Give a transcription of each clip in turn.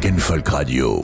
Rock and Folk Radio.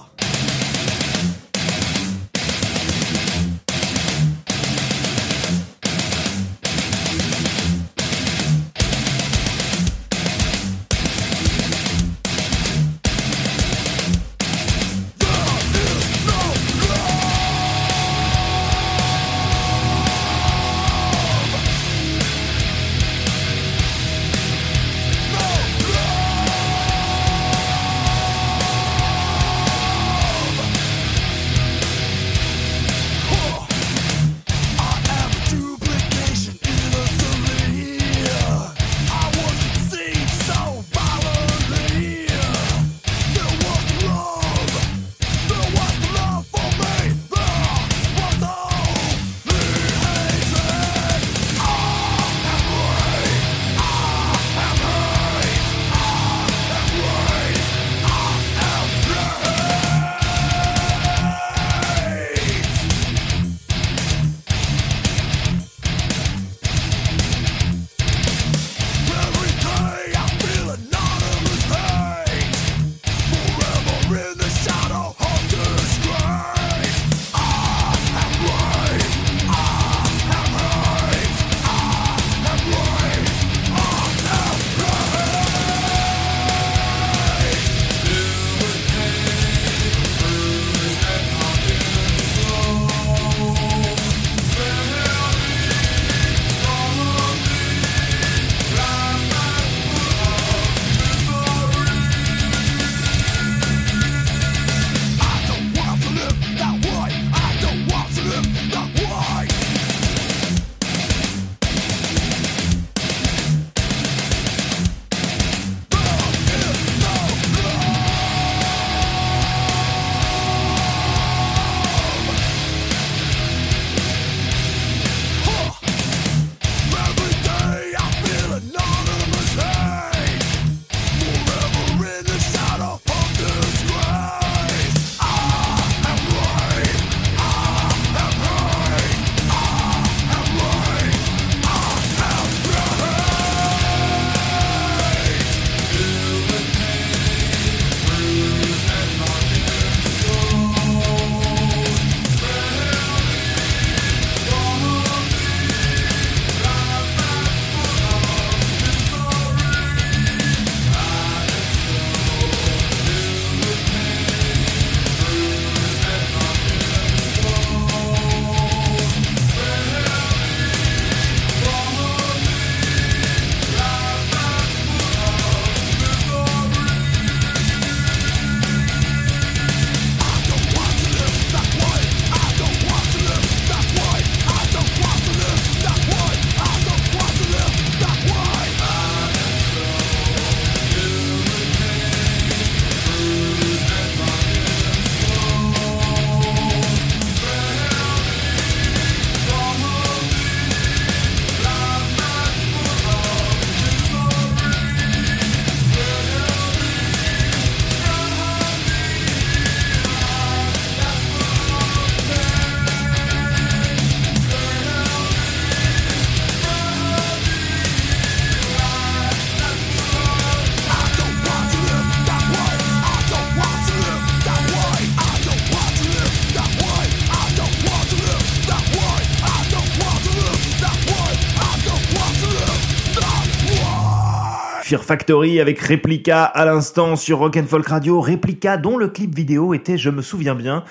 Fear Factory avec Replica à l'instant sur Rock and Folk Radio. Replica dont le clip vidéo était, je me souviens bien,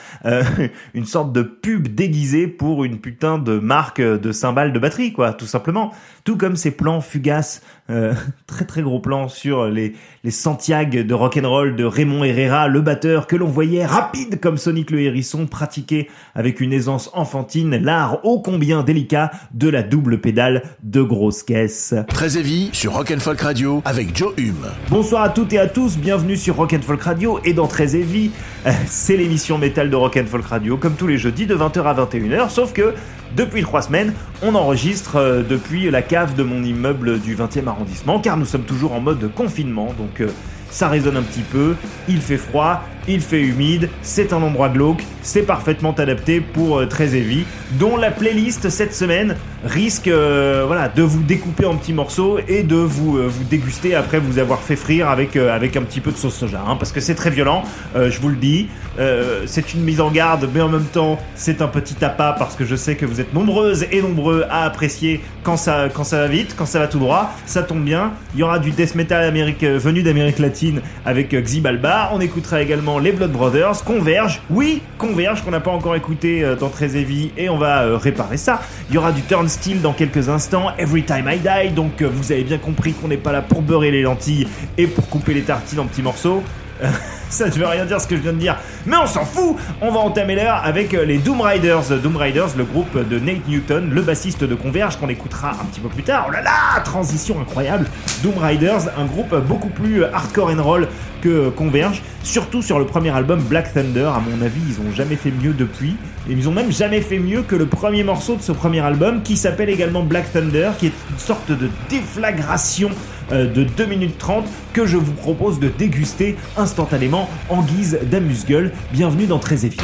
une sorte de pub déguisée pour une putain de marque de cymbales de batterie, quoi, tout simplement. Tout comme ces plans fugaces, très très gros plans sur les Santiago de rock'n'roll de Raymond Herrera, le batteur que l'on voyait rapide comme Sonic le Hérisson, pratiquer avec une aisance enfantine l'art ô combien délicat de la double pédale de grosse caisse. Très heavy sur Rock and Folk Radio avec Joe Hume. Bonsoir à toutes et à tous, bienvenue sur Rock and Folk Radio et dans Très Heavy, c'est l'émission métal de Rock and Folk Radio comme tous les jeudis de 20h à 21h, sauf que depuis 3 semaines, on enregistre depuis la cave de mon immeuble du 20e arrondissement car nous sommes toujours en mode confinement, donc ça résonne un petit peu, il fait froid il fait humide, c'est un endroit glauque, c'est parfaitement adapté pour très heavy, dont la playlist cette semaine risque de vous découper en petits morceaux et de vous déguster après vous avoir fait frire avec un petit peu de sauce soja, parce que c'est très violent, je vous le dis, c'est une mise en garde, mais en même temps c'est un petit appât parce que je sais que vous êtes nombreuses et nombreux à apprécier quand ça va vite, quand ça va tout droit, ça tombe bien, il y aura du death metal venu d'Amérique latine avec Xibalba, on écoutera également les Blood Brothers, Converge qu'on n'a pas encore écouté dans Très Heavy et on va réparer ça, il y aura du Turnstile dans quelques instants, Every Time I Die, donc vous avez bien compris qu'on n'est pas là pour beurrer les lentilles et pour couper les tartines en petits morceaux. Ça ne veut rien dire ce que je viens de dire, mais on s'en fout. On va entamer l'heure avec les Doom Riders, le groupe de Nate Newton, le bassiste de Converge, qu'on écoutera un petit peu plus tard. Oh là là, transition incroyable. Doom Riders, un groupe beaucoup plus hardcore and roll que Converge, surtout sur le premier album Black Thunder. À mon avis, ils ont jamais fait mieux depuis, et ils ont même jamais fait mieux que le premier morceau de ce premier album, qui s'appelle également Black Thunder, qui est une sorte de déflagration de 2 minutes 30 que je vous propose de déguster instantanément en guise d'amuse-gueule. Bienvenue dans Très Heavy.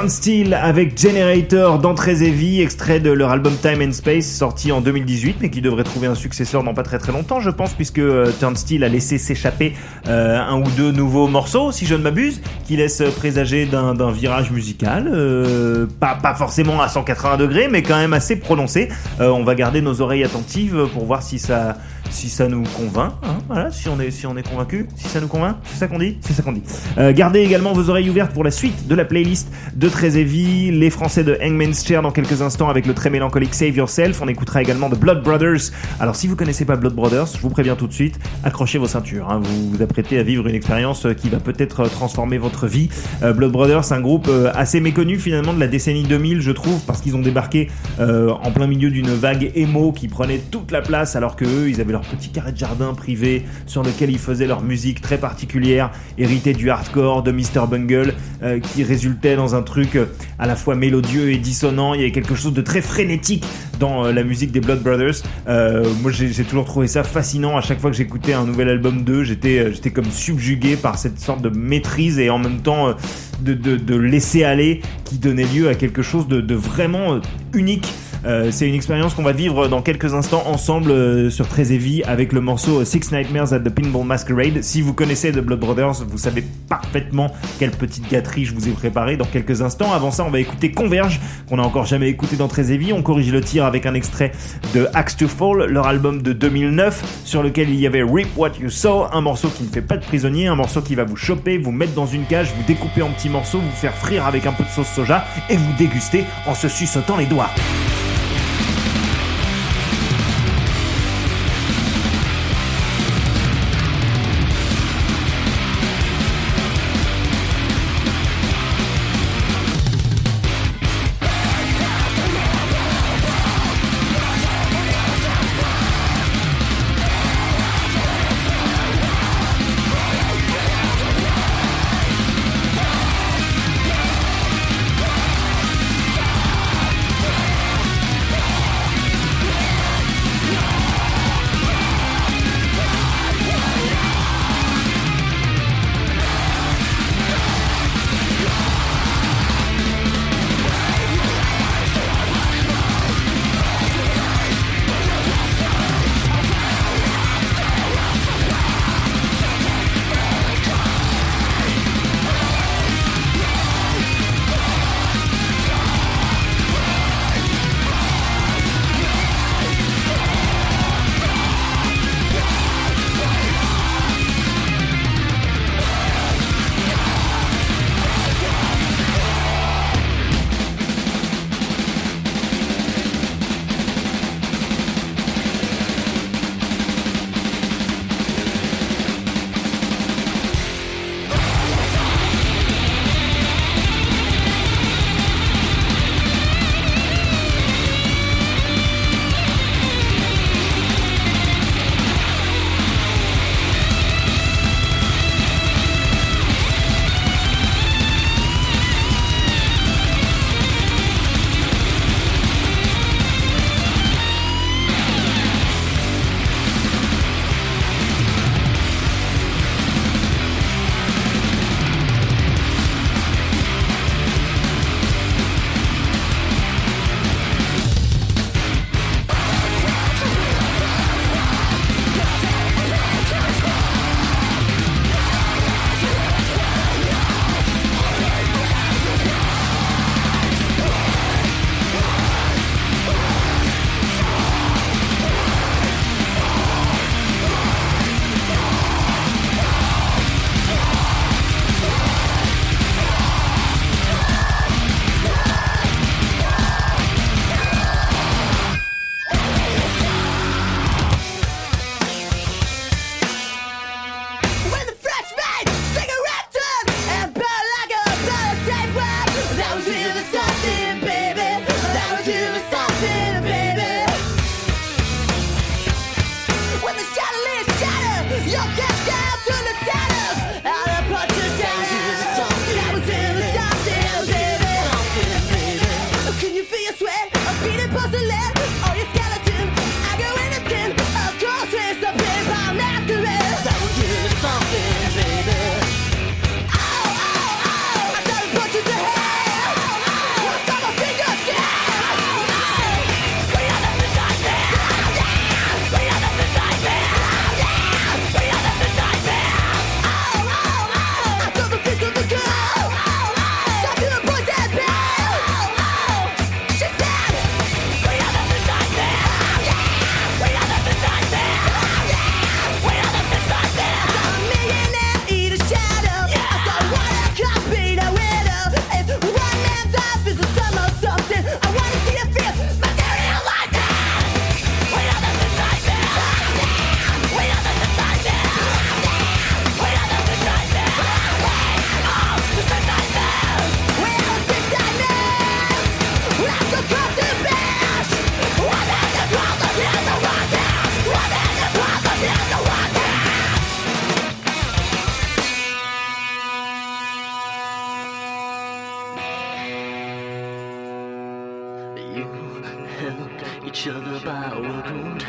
Turnstile avec Generator dans Très Heavy, extrait de leur album Time and Space sorti en 2018 mais qui devrait trouver un successeur dans pas très très longtemps je pense, puisque Turnstile a laissé s'échapper un ou deux nouveaux morceaux si je ne m'abuse, qui laissent présager d'un virage musical pas forcément à 180 degrés mais quand même assez prononcé. On va garder nos oreilles attentives pour voir si ça nous convainc, hein, voilà, si on est convaincu, si ça nous convainc, c'est ça qu'on dit, gardez également vos oreilles ouvertes pour la suite de la playlist de Très Heavy, les Français de Hangman's Chair dans quelques instants avec le très mélancolique Save Yourself. On écoutera également The Blood Brothers. Alors si vous connaissez pas Blood Brothers, je vous préviens tout de suite, accrochez vos ceintures, hein, vous vous apprêtez à vivre une expérience qui va peut-être transformer votre vie. Blood Brothers, un groupe assez méconnu finalement de la décennie 2000 je trouve, parce qu'ils ont débarqué en plein milieu d'une vague emo qui prenait toute la place, alors que eux ils avaient leur petit carré de jardin privé sur lequel ils faisaient leur musique très particulière, héritée du hardcore de Mr. Bungle, qui résultait dans un truc à la fois mélodieux et dissonant. Il y avait quelque chose de très frénétique dans la musique des Blood Brothers. Moi j'ai toujours trouvé ça fascinant. À chaque fois que j'écoutais un nouvel album d'eux, j'étais comme subjugué par cette sorte de maîtrise et en même temps de laisser aller qui donnait lieu à quelque chose de vraiment unique. C'est une expérience qu'on va vivre dans quelques instants ensemble sur Très Heavy avec le morceau Six Nightmares at the Pinball Masquerade. Si vous connaissez The Blood Brothers, vous savez parfaitement quelle petite gâterie je vous ai préparée dans quelques instants. Avant ça, on va écouter Converge, qu'on n'a encore jamais écouté dans Très Heavy. On corrige le tir avec un extrait de Axe to Fall, leur album de 2009, sur lequel il y avait Reap What You Sow, un morceau qui ne fait pas de prisonnier, un morceau qui va vous choper, vous mettre dans une cage, vous découper en petits morceaux, vous faire frire avec un peu de sauce soja et vous déguster en se suçotant les doigts.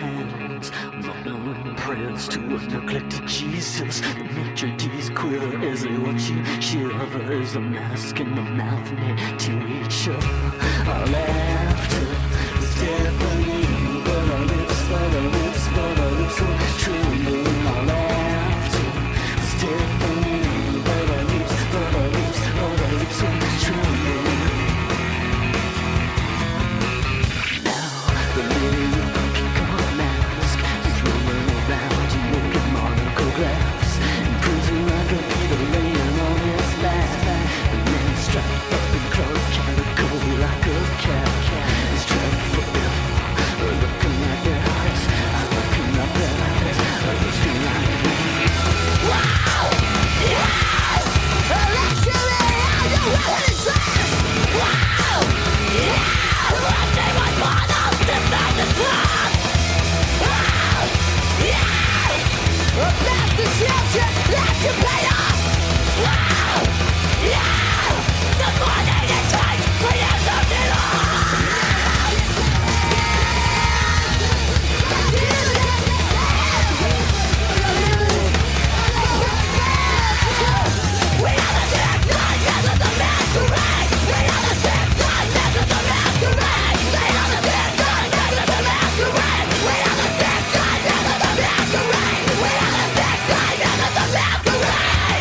hands, mumbling prayers to a neglected Jesus. The major D's quiver as they watch you shiver as a mask in the mouth near to each other. Our laughter is deafening, but our lips will tremble. Our laughter is deafening, but our lips will tremble. Now the little peacock mask is rolling around in naked monographs. In prison like a beetle laying on his back. The man strapped up in cloak calico like a cat. He's trapped forever, looking at their eyes, looking at their eyes, looking like me. Wow! Yeah! Electricity on the weapon trash! Wow! Yeah! Running my bottom, this night is blood! Wow! Yeah! That's the children, that's your pay off! Wow! Yeah! The morning is right, we have something on! We are the six nine years of the masquerade! We are the six nine years of the masquerade! They are the six nine years of the masquerade! We are the six nine years of the masquerade! We are the six nine years of the masquerade!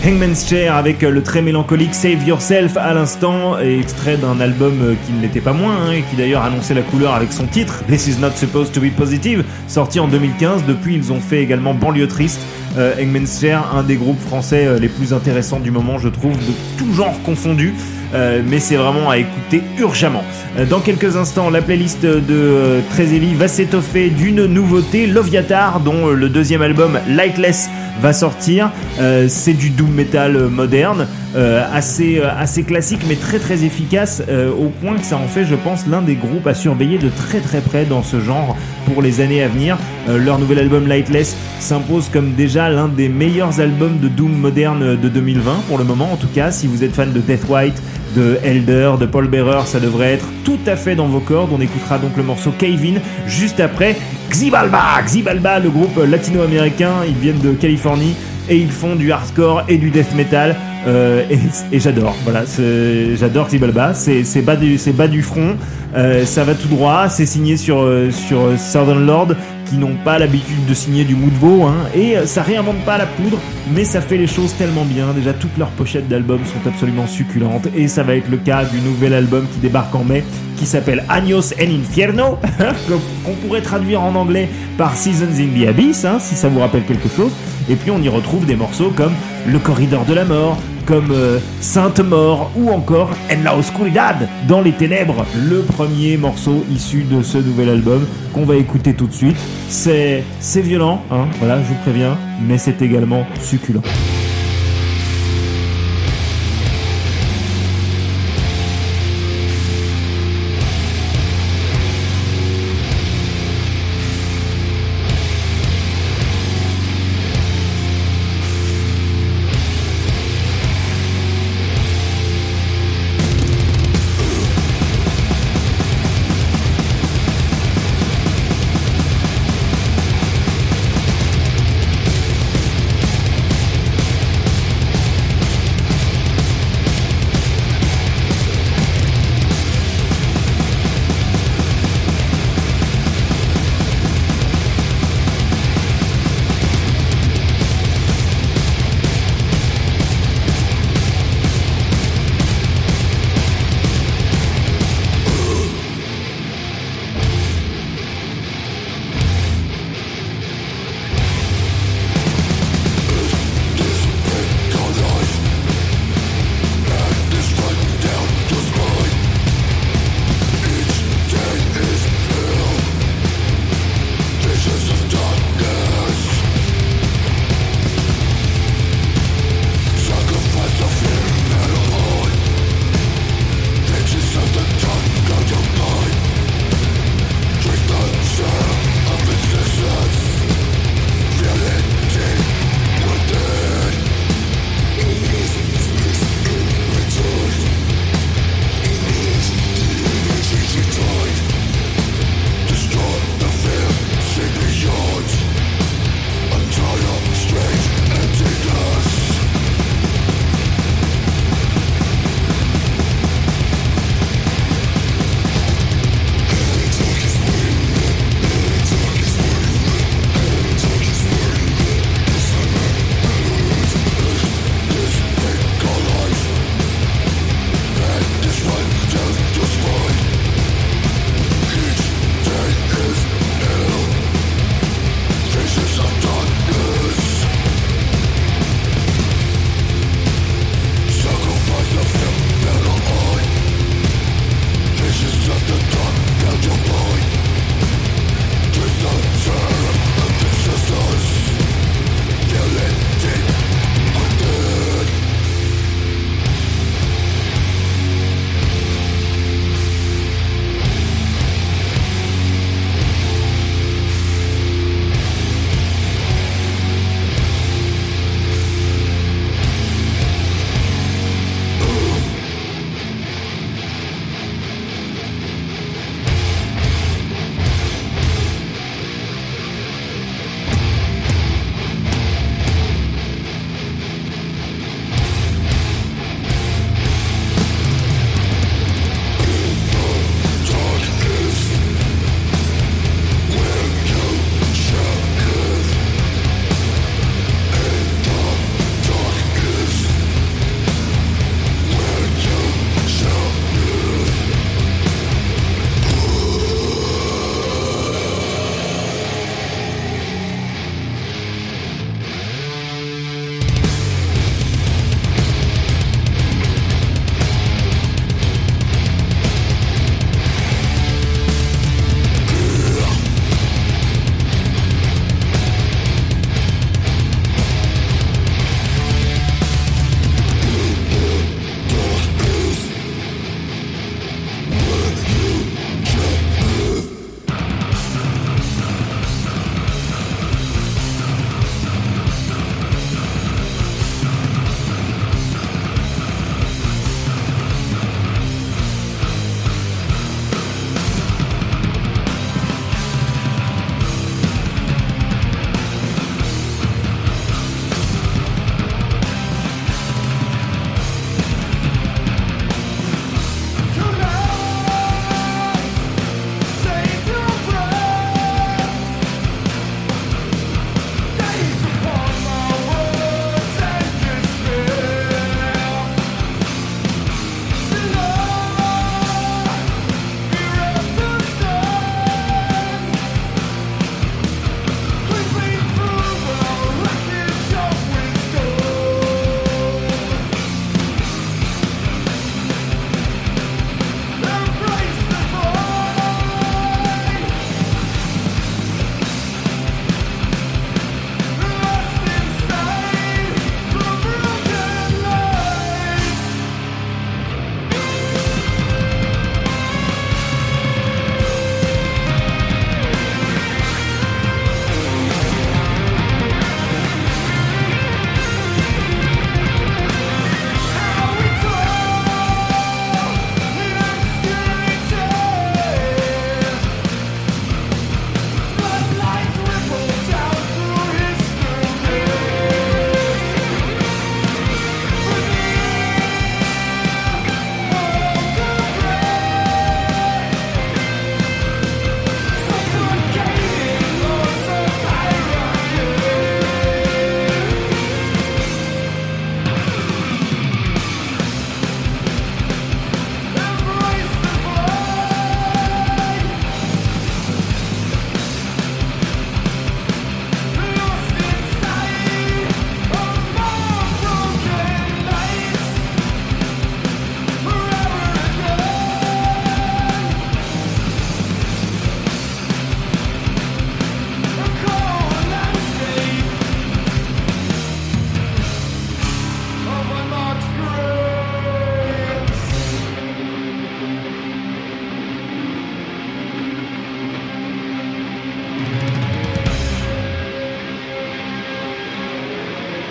Hangman's Chair avec le très mélancolique Save Yourself à l'instant, extrait d'un album qui ne l'était pas moins, et qui d'ailleurs annonçait la couleur avec son titre This Is Not Supposed to Be Positive, sorti en 2015. Depuis, ils ont fait également Banlieue Triste. Hangman's Chair, un des groupes français les plus intéressants du moment, je trouve, de tout genre confondu. Mais c'est vraiment à écouter urgemment. Dans quelques instants, la playlist de Trezeli va s'étoffer d'une nouveauté, Loviatar, dont le deuxième album Lightless va sortir. C'est du doom metal moderne, assez classique mais très très efficace, au point que ça en fait, je pense, l'un des groupes à surveiller de très très près dans ce genre pour les années à venir. Leur nouvel album Lightless s'impose comme déjà l'un des meilleurs albums de doom moderne de 2020 pour le moment. En tout cas, si vous êtes fan de Death White, de Elder, de Paul Bearer, ça devrait être tout à fait dans vos cordes. On écoutera donc le morceau Cave In juste après Xibalba, le groupe latino-américain. Ils viennent de Californie et ils font du hardcore et du death metal, et j'adore. Voilà, j'adore Xibalba. C'est bas du front, ça va tout droit. C'est signé sur Southern Lord, qui n'ont pas l'habitude de signer du Moodvo, et ça réinvente pas la poudre, mais ça fait les choses tellement bien. Déjà, toutes leurs pochettes d'albums sont absolument succulentes, et ça va être le cas du nouvel album qui débarque en mai, qui s'appelle Años en Infierno, qu'on pourrait traduire en anglais par Seasons in the Abyss, si ça vous rappelle quelque chose. Et puis on y retrouve des morceaux comme Le Corridor de la Mort, comme Sainte Mort, ou encore En la Oscuridad, dans les ténèbres, le premier morceau issu de ce nouvel album qu'on va écouter tout de suite. C'est violent, voilà, je vous préviens, mais c'est également succulent.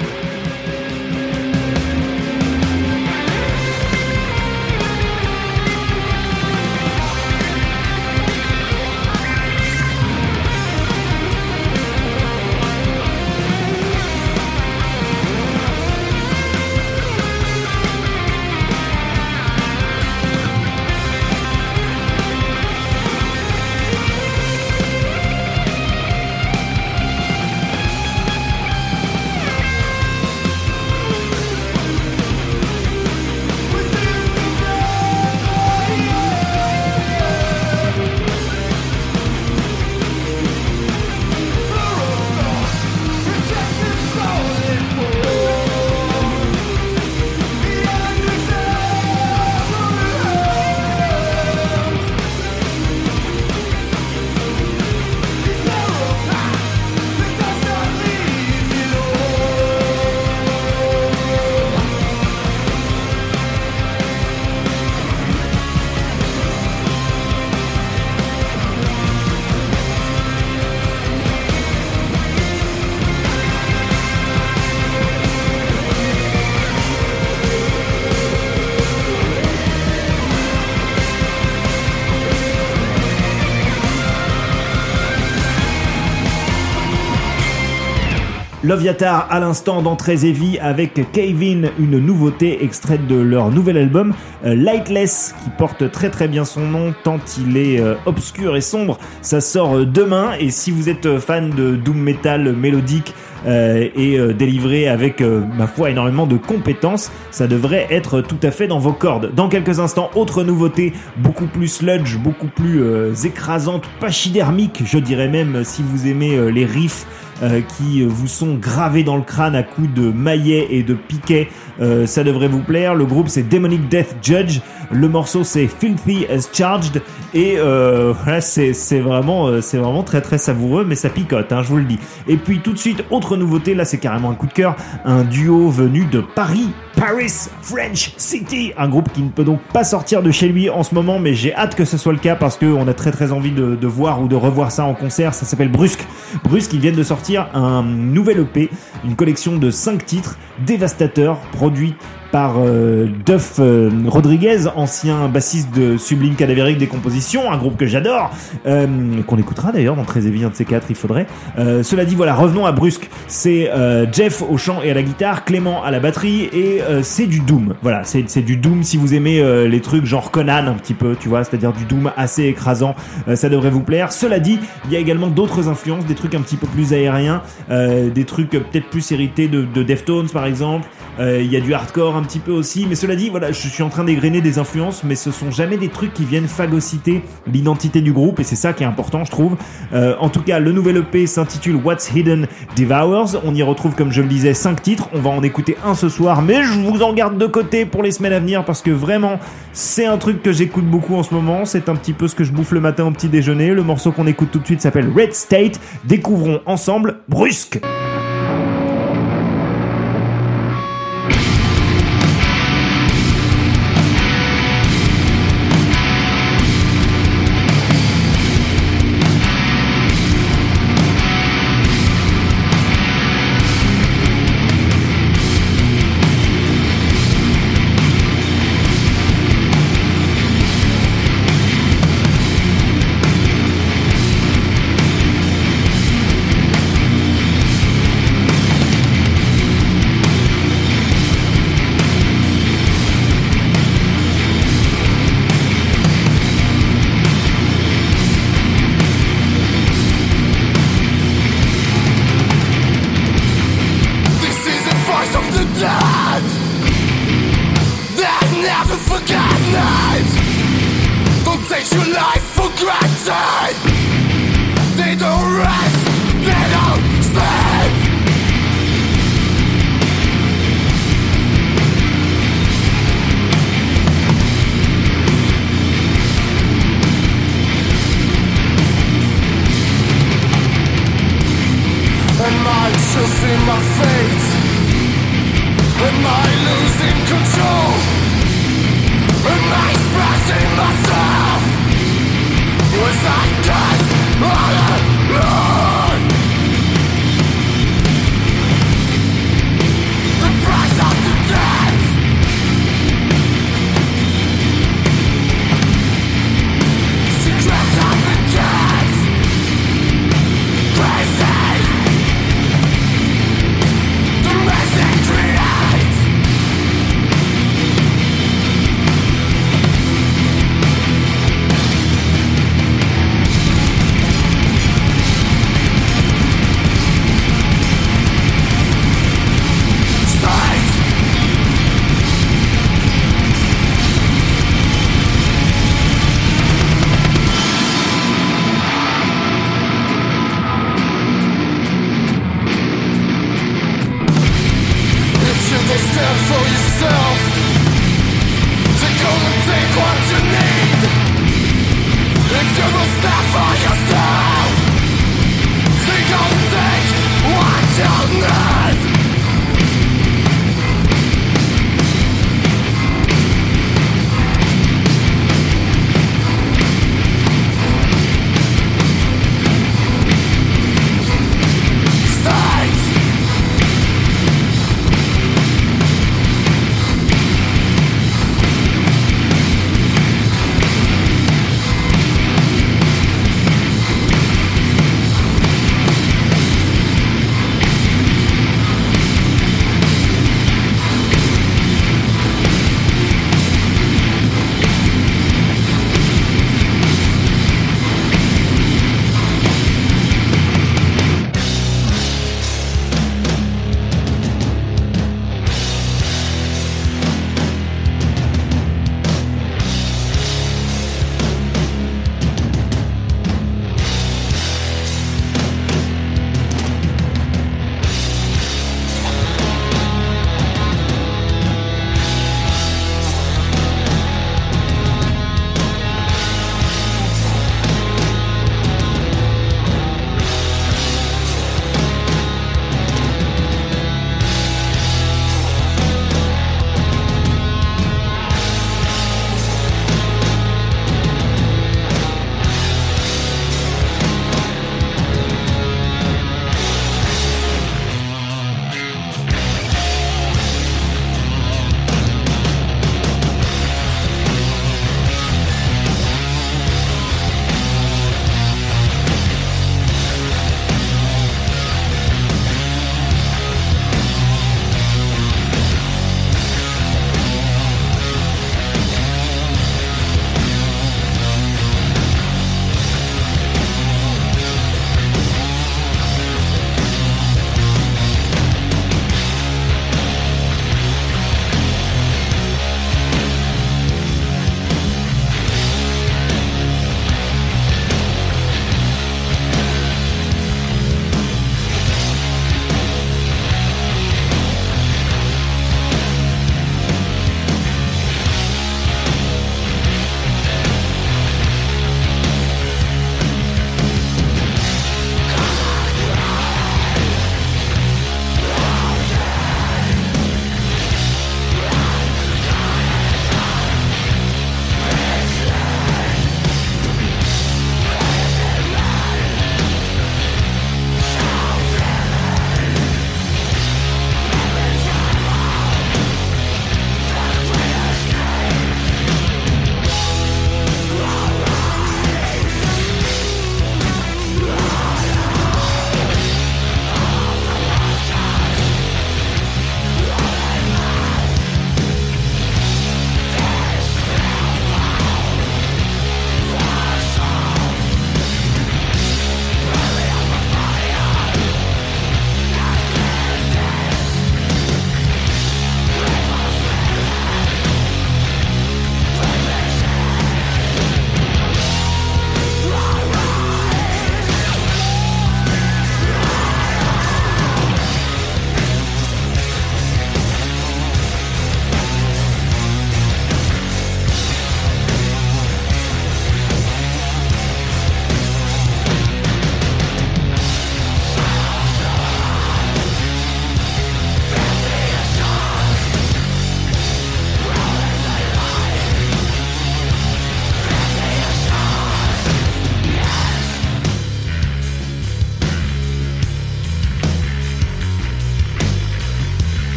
Loviatar à l'instant dans Très Heavy avec Cave In, une nouveauté extraite de leur nouvel album Lightless, qui porte très très bien son nom tant il est obscur et sombre. Ça sort demain, et si vous êtes fan de doom metal mélodique et délivré avec ma foi énormément de compétences, ça devrait être tout à fait dans vos cordes. Dans quelques instants, autre nouveauté, beaucoup plus sludge, beaucoup plus écrasante, pachydermique, je dirais même, si vous aimez les riffs qui vous sont gravés dans le crâne à coups de maillets et de piquets, ça devrait vous plaire. Le groupe c'est Demonic Death Judge, le morceau c'est Filthy as Charged, et voilà, c'est vraiment très très savoureux, mais ça picote, hein, je vous le dis. Et puis tout de suite, autre nouveauté, là c'est carrément un coup de cœur, un duo venu de Paris French City, un groupe qui ne peut donc pas sortir de chez lui en ce moment, mais j'ai hâte que ce soit le cas parce qu'on a très très envie de voir ou de revoir ça en concert. Ça s'appelle Brusque, ils viennent de sortir un nouvel EP, une collection de 5 titres dévastateurs, produits par Duff Rodriguez, ancien bassiste de Sublime Cadavérique Décomposition, un groupe que j'adore, qu'on écoutera d'ailleurs dans Très Heavy, un de ces quatre, il faudrait. Cela dit, voilà, revenons à Brusque. C'est Jeff au chant et à la guitare, Clément à la batterie, et c'est du doom. Voilà, c'est du doom si vous aimez les trucs genre Conan un petit peu, tu vois, c'est-à-dire du doom assez écrasant, ça devrait vous plaire. Cela dit, il y a également d'autres influences, des trucs un petit peu plus aériens, des trucs peut-être plus hérités de Deftones par exemple. Il y a du hardcore un petit peu aussi, mais cela dit, voilà, je suis en train d'égrener des influences, mais ce sont jamais des trucs qui viennent phagocyter l'identité du groupe, et c'est ça qui est important, je trouve. En tout cas, le nouvel EP s'intitule What's Hidden Devours. On y retrouve, comme je le disais, 5 titres. On va en écouter un ce soir, mais je vous en garde de côté pour les semaines à venir, parce que vraiment, c'est un truc que j'écoute beaucoup en ce moment. C'est un petit peu ce que je bouffe le matin au petit déjeuner. Le morceau qu'on écoute tout de suite s'appelle Red State. Découvrons ensemble Brusque. So stand for yourself. Take on and take what you need. If you don't stand for yourself, take on and take what you need.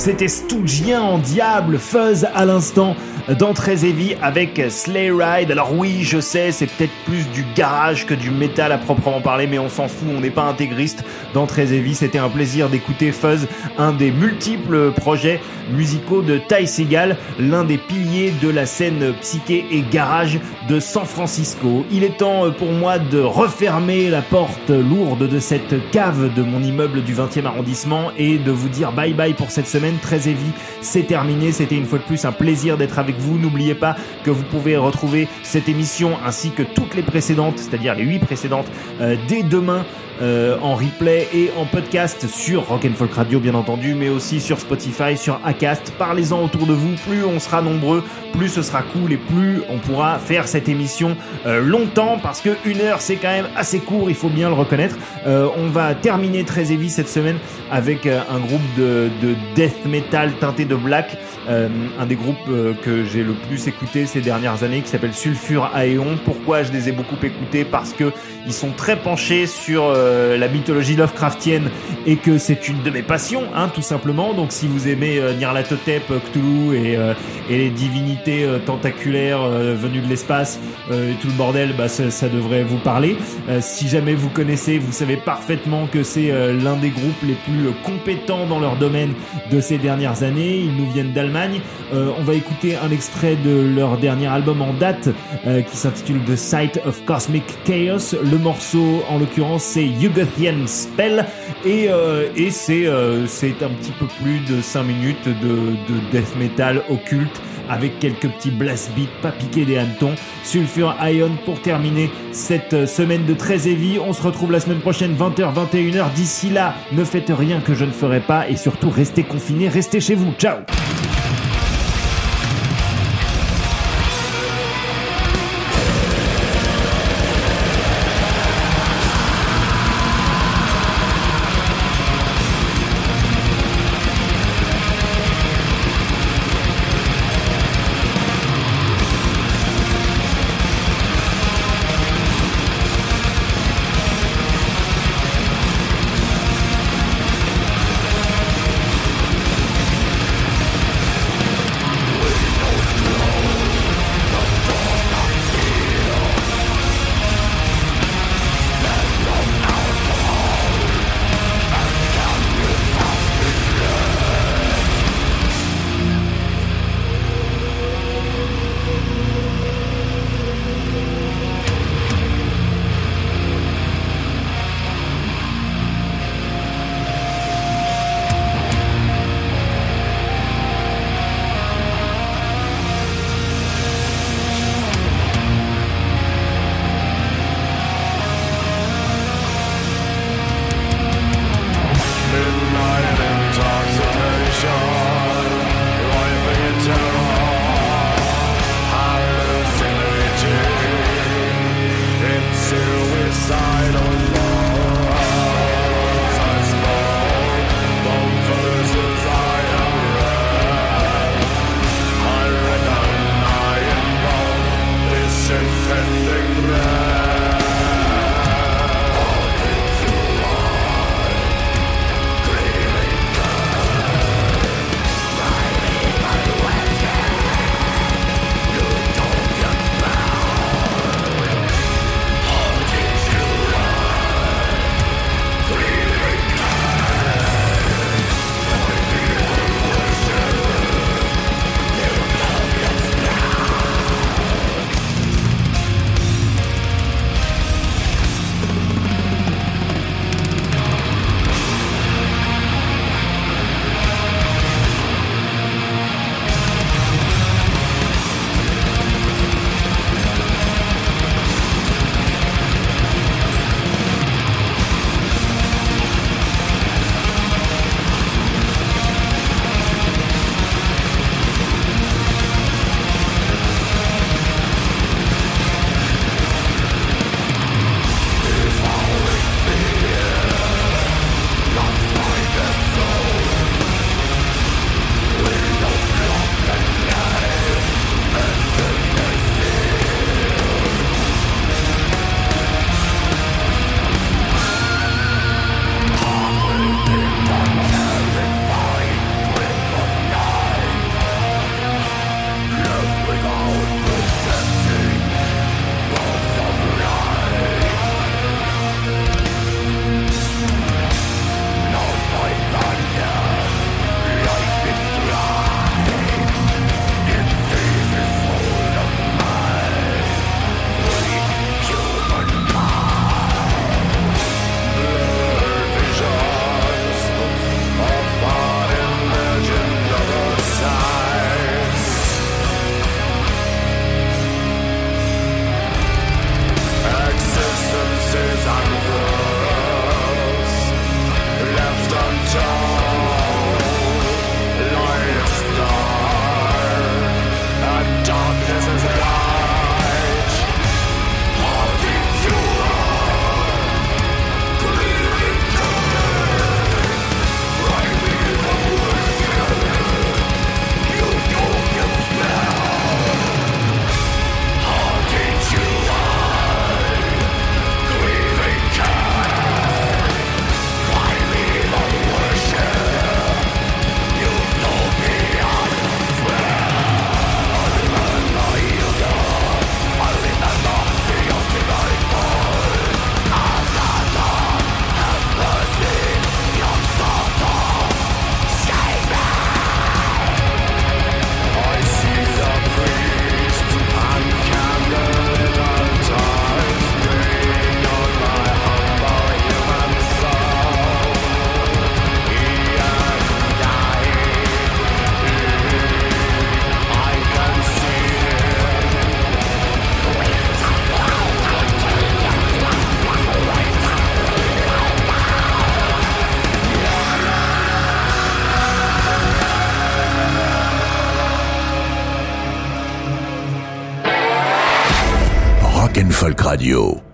C'était Stougien en diable, Fuzz à l'instant dans Très Heavy avec Sleigh Ride. Alors oui, je sais, c'est peut-être plus du garage que du métal à proprement parler, mais on s'en fout, on n'est pas intégriste dans Très Heavy. C'était un plaisir d'écouter Fuzz, un des multiples projets musicaux de Ty Segall, l'un des piliers de la scène psyché et garage de San Francisco. Il est temps pour moi de refermer la porte lourde de cette cave de mon immeuble du 20e arrondissement et de vous dire bye bye pour cette semaine. Très Heavy, c'est terminé. C'était une fois de plus un plaisir d'être avec vous. N'oubliez pas que vous pouvez retrouver cette émission ainsi que toutes les précédentes, c'est-à-dire les 8 précédentes, dès demain en replay et en podcast sur Rock and Folk Radio bien entendu, mais aussi sur Spotify, sur Acast. Parlez-en autour de vous, plus on sera nombreux, plus ce sera cool et plus on pourra faire cette émission longtemps, parce que 1 heure c'est quand même assez court, il faut bien le reconnaître. On va terminer Très Heavy cette semaine avec un groupe de death metal teinté de black, un des groupes que j'ai le plus écouté ces dernières années, qui s'appelle Sulfur Aeon. Pourquoi je les ai beaucoup écoutés? Parce que ils sont très penchés sur la mythologie Lovecraftienne et que c'est une de mes passions, hein, tout simplement. Donc si vous aimez Nyarlathotep, Cthulhu et les divinités tentaculaires venues de l'espace et tout le bordel, bah ça devrait vous parler. Si jamais vous connaissez, vous savez parfaitement que c'est l'un des groupes les plus compétents dans leur domaine de ces dernières années. Ils nous viennent d'Allemagne. On va écouter un extrait de leur dernier album en date qui s'intitule The Sight of Cosmic Chaos. Le morceau en l'occurrence c'est Yugothian Spell et c'est un petit peu plus de 5 minutes de death metal occulte avec quelques petits blast beats pas piqués des hannetons. Sulfur Aeon pour terminer cette semaine de Très Heavy. On se retrouve la semaine prochaine 20h 21h. D'ici là, ne faites rien que je ne ferai pas et surtout restez confinés, restez chez vous. Ciao. Rock and Folk Radio.